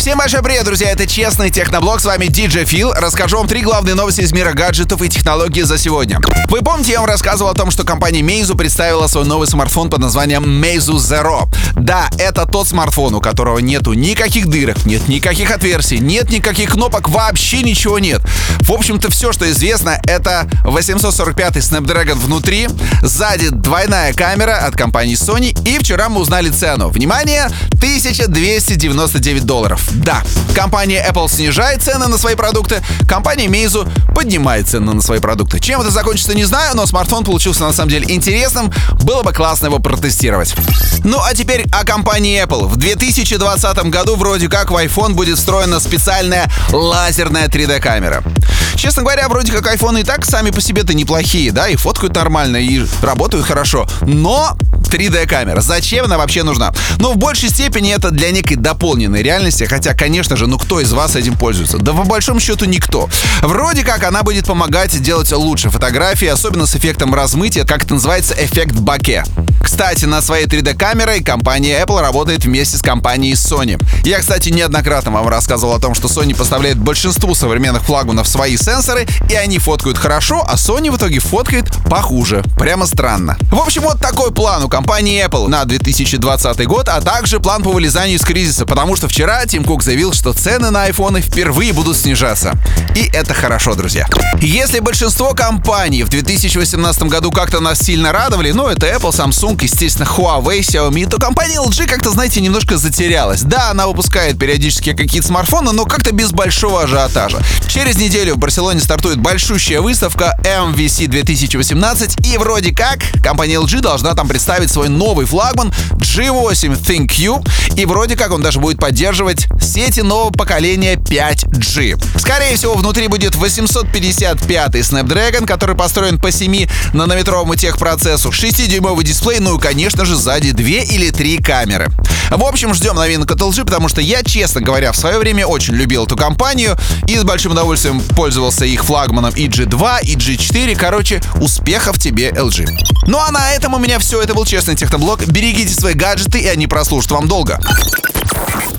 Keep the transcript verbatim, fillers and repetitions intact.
Всем большой привет, друзья, это Честный Техноблог, с вами ди джей Фил. Расскажу вам три главные новости из мира гаджетов и технологий за сегодня. Вы помните, я вам рассказывал о том, что компания Meizu представила свой новый смартфон под названием Meizu Zero. Да, это тот смартфон, у которого нету никаких дырок, нет никаких отверстий, нет никаких кнопок, вообще ничего нет. В общем-то, все, что известно, это восемьсот сорок пятый Snapdragon внутри, сзади двойная камера от компании Sony, и вчера мы узнали цену. Внимание, тысяча двести девяносто девять долларов. Да, компания Apple снижает цены на свои продукты, компания Meizu поднимает цены на свои продукты. Чем это закончится, не знаю, но смартфон получился на самом деле интересным, было бы классно его протестировать. Ну а теперь о компании Apple. В две тысячи двадцатом году вроде как в iPhone будет встроена специальная лазерная три дэ камера. Честно говоря, вроде как айфоны и так сами по себе-то неплохие, да, и фоткают нормально, и работают хорошо, но три дэ камера, зачем она вообще нужна? Но в большей степени это для некой дополненной реальности, хотя, конечно же, ну кто из вас этим пользуется? Да по большому счету никто. Вроде как она будет помогать делать лучше фотографии, особенно с эффектом размытия, как это называется, эффект боке. Кстати, над своей три дэ камерой компания Apple работает вместе с компанией Sony. Я, кстати, неоднократно вам рассказывал о том, что Sony поставляет большинству современных флагманов свои сенсоры, и они фоткают хорошо, а Sony в итоге фоткает похуже. Прямо странно. В общем, вот такой план у компании Apple на две тысячи двадцатый год, а также план по вылезанию из кризиса, потому что вчера Тим Кук заявил, что цены на айфоны впервые будут снижаться. И это хорошо, друзья. Если большинство компаний в две тысячи восемнадцатом году как-то нас сильно радовали, ну это Apple, Samsung, естественно, Huawei, Xiaomi, то компания эл джи как-то, знаете, немножко затерялась. Да, она выпускает периодически какие-то смартфоны, но как-то без большого ажиотажа. Через неделю в Барселоне стартует большущая выставка эм ви си две тысячи восемнадцать, и вроде как компания эл джи должна там представить свой новый флагман джи восемь ThinQ, и вроде как он даже будет поддерживать сети нового поколения пять джи. Скорее всего, внутри будет восемьсот пятьдесят пятый Snapdragon, который построен по семинанометровому техпроцессу, шестидюймовый дисплей, ну и, конечно же, сзади две или три камеры. В общем, ждем новинок от эл джи, потому что я, честно говоря, в свое время очень любил эту компанию и с большим удовольствием пользовался их флагманом и джи два, и джи четыре. Короче, успехов тебе, эл джи. Ну а на этом у меня все. Это был Честный Техноблог. Берегите свои гаджеты, и они прослужат вам долго.